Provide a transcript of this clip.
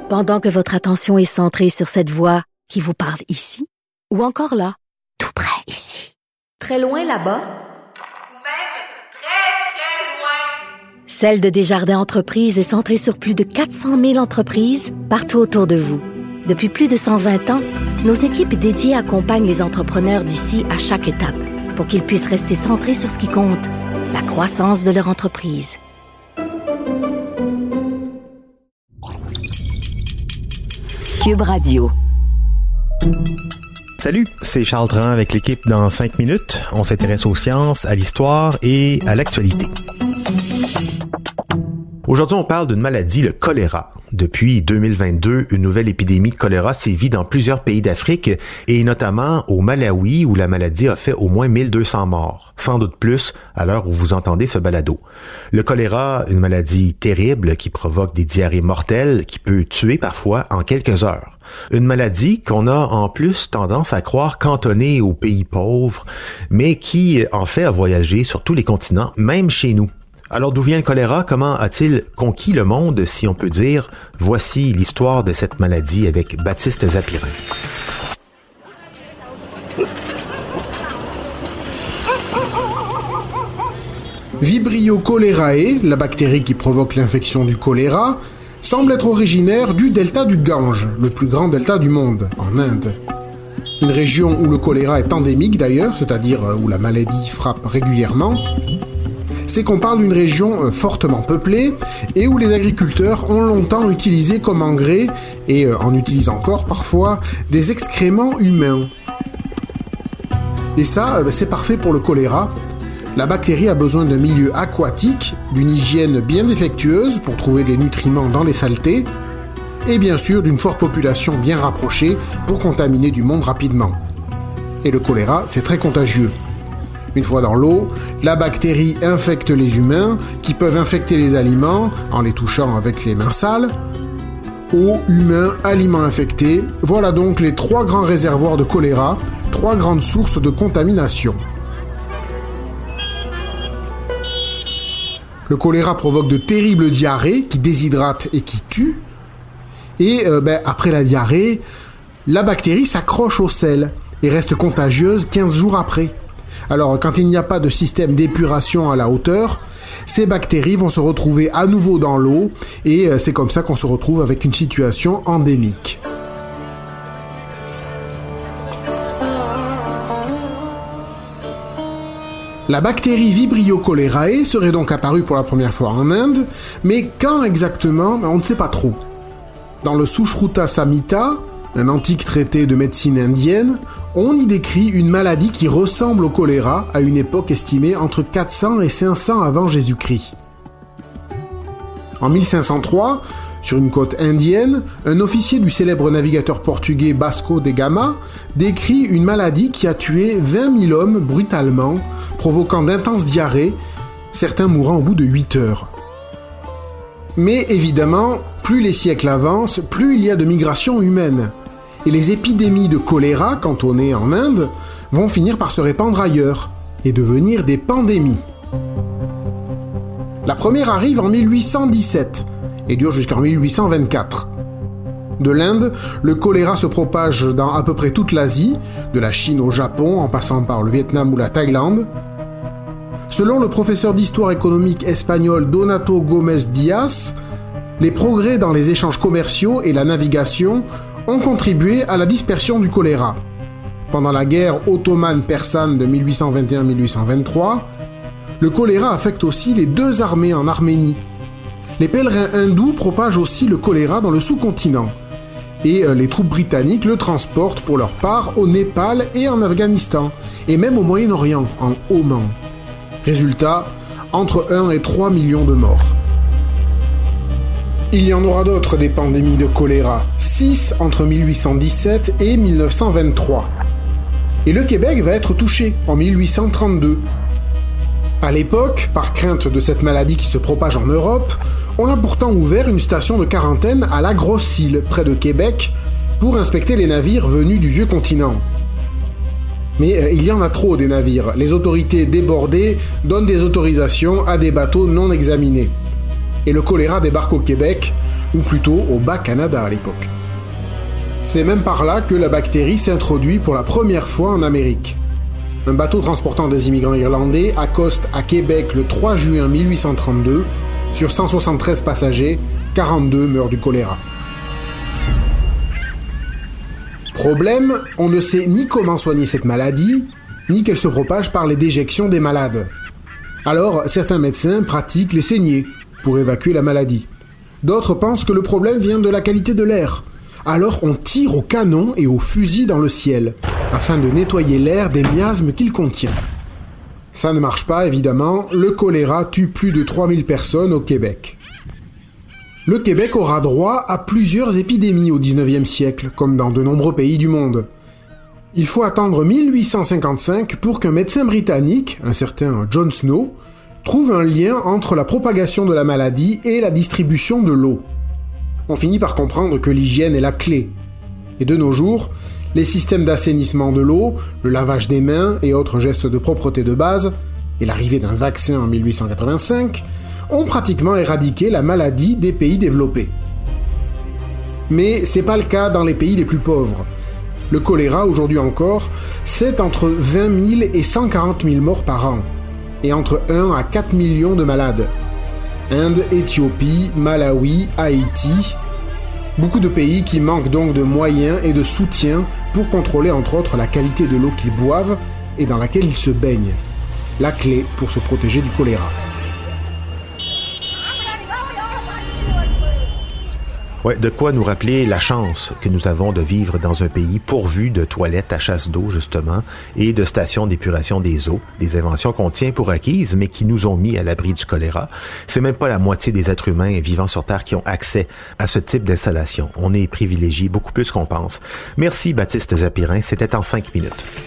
Pendant que votre attention est centrée sur cette voix qui vous parle ici, ou encore là, tout près ici, très loin là-bas, ou même très, très loin. Celle de Desjardins Entreprises est centrée sur plus de 400 000 entreprises partout autour de vous. Depuis plus de 120 ans, nos équipes dédiées accompagnent les entrepreneurs d'ici à chaque étape pour qu'ils puissent rester centrés sur ce qui compte, la croissance de leur entreprise. Cube Radio. Salut, c'est Charles Dran avec l'équipe dans 5 minutes. On s'intéresse aux sciences, à l'histoire et à l'actualité. Aujourd'hui, on parle d'une maladie, le choléra. Depuis 2022, une nouvelle épidémie de choléra sévit dans plusieurs pays d'Afrique et notamment au Malawi où la maladie a fait au moins 1200 morts. Sans doute plus à l'heure où vous entendez ce balado. Le choléra, une maladie terrible qui provoque des diarrhées mortelles qui peut tuer parfois en quelques heures. Une maladie qu'on a en plus tendance à croire cantonnée aux pays pauvres, mais qui en fait a voyagé sur tous les continents, même chez nous. Alors d'où vient le choléra? Comment a-t-il conquis le monde, si on peut dire? Voici l'histoire de cette maladie avec Baptiste Zapirin. Vibrio cholerae, la bactérie qui provoque l'infection du choléra, semble être originaire du delta du Gange, le plus grand delta du monde, en Inde. Une région où le choléra est endémique d'ailleurs, c'est-à-dire où la maladie frappe régulièrement. C'est qu'on parle d'une région fortement peuplée et où les agriculteurs ont longtemps utilisé comme engrais, et en utilisent encore parfois, des excréments humains. Et ça, c'est parfait pour le choléra. La bactérie a besoin d'un milieu aquatique, d'une hygiène bien défectueuse pour trouver des nutriments dans les saletés, et bien sûr d'une forte population bien rapprochée pour contaminer du monde rapidement. Et le choléra, c'est très contagieux. Une fois dans l'eau, la bactérie infecte les humains, qui peuvent infecter les aliments en les touchant avec les mains sales. Eau, humains, aliments infectés, voilà donc les 3 grands réservoirs de choléra, 3 grandes sources de contamination. Le choléra provoque de terribles diarrhées qui déshydratent et qui tuent. Et après la diarrhée, la bactérie s'accroche au sel et reste contagieuse 15 jours après. Alors, quand il n'y a pas de système d'épuration à la hauteur, ces bactéries vont se retrouver à nouveau dans l'eau et c'est comme ça qu'on se retrouve avec une situation endémique. La bactérie Vibrio cholerae serait donc apparue pour la première fois en Inde, mais quand exactement, on ne sait pas trop. Dans le Sushruta Samhita, un antique traité de médecine indienne, on y décrit une maladie qui ressemble au choléra à une époque estimée entre 400 et 500 avant Jésus-Christ. En 1503, sur une côte indienne, un officier du célèbre navigateur portugais Vasco de Gama décrit une maladie qui a tué 20 000 hommes brutalement, provoquant d'intenses diarrhées, certains mourant au bout de 8 heures. Mais évidemment, plus les siècles avancent, plus il y a de migrations humaines. Et les épidémies de choléra, cantonnées en Inde, vont finir par se répandre ailleurs et devenir des pandémies. La première arrive en 1817 et dure jusqu'en 1824. De l'Inde, le choléra se propage dans à peu près toute l'Asie, de la Chine au Japon en passant par le Vietnam ou la Thaïlande. Selon le professeur d'histoire économique espagnol Donato Gómez Díaz, les progrès dans les échanges commerciaux et la navigation ont contribué à la dispersion du choléra. Pendant la guerre ottomane-persane de 1821-1823, le choléra affecte aussi les 2 armées en Arménie. Les pèlerins hindous propagent aussi le choléra dans le sous-continent. Et les troupes britanniques le transportent pour leur part au Népal et en Afghanistan, et même au Moyen-Orient, en Oman. Résultat, entre 1 et 3 millions de morts. Il y en aura d'autres des pandémies de choléra, 6 entre 1817 et 1923. Et le Québec va être touché en 1832. À l'époque, par crainte de cette maladie qui se propage en Europe, on a pourtant ouvert une station de quarantaine à la Grosse-Île, près de Québec, pour inspecter les navires venus du vieux continent. Mais il y en a trop des navires. Les autorités débordées donnent des autorisations à des bateaux non examinés. Et le choléra débarque au Québec, ou plutôt au Bas-Canada à l'époque. C'est même par là que la bactérie s'introduit pour la première fois en Amérique. Un bateau transportant des immigrants irlandais accoste à Québec le 3 juin 1832. Sur 173 passagers, 42 meurent du choléra. Problème, on ne sait ni comment soigner cette maladie, ni qu'elle se propage par les déjections des malades. Alors, certains médecins pratiquent les saignées pour évacuer la maladie. D'autres pensent que le problème vient de la qualité de l'air. Alors on tire au canon et au fusil dans le ciel, afin de nettoyer l'air des miasmes qu'il contient. Ça ne marche pas, évidemment, le choléra tue plus de 3000 personnes au Québec. Le Québec aura droit à plusieurs épidémies au XIXe siècle, comme dans de nombreux pays du monde. Il faut attendre 1855 pour qu'un médecin britannique, un certain John Snow, trouve un lien entre la propagation de la maladie et la distribution de l'eau. On finit par comprendre que l'hygiène est la clé. Et de nos jours, les systèmes d'assainissement de l'eau, le lavage des mains et autres gestes de propreté de base, et l'arrivée d'un vaccin en 1885, ont pratiquement éradiqué la maladie des pays développés. Mais c'est pas le cas dans les pays les plus pauvres. Le choléra, aujourd'hui encore, c'est entre 20 000 et 140 000 morts par an, et entre 1 à 4 millions de malades. Inde, Éthiopie, Malawi, Haïti, beaucoup de pays qui manquent donc de moyens et de soutien pour contrôler entre autres la qualité de l'eau qu'ils boivent et dans laquelle ils se baignent. La clé pour se protéger du choléra. Ouais, de quoi nous rappeler la chance que nous avons de vivre dans un pays pourvu de toilettes à chasse d'eau, justement, et de stations d'épuration des eaux, des inventions qu'on tient pour acquises, mais qui nous ont mis à l'abri du choléra. C'est même pas la moitié des êtres humains vivant sur Terre qui ont accès à ce type d'installation. On est privilégiés beaucoup plus qu'on pense. Merci Baptiste Zapirin, c'était en 5 minutes.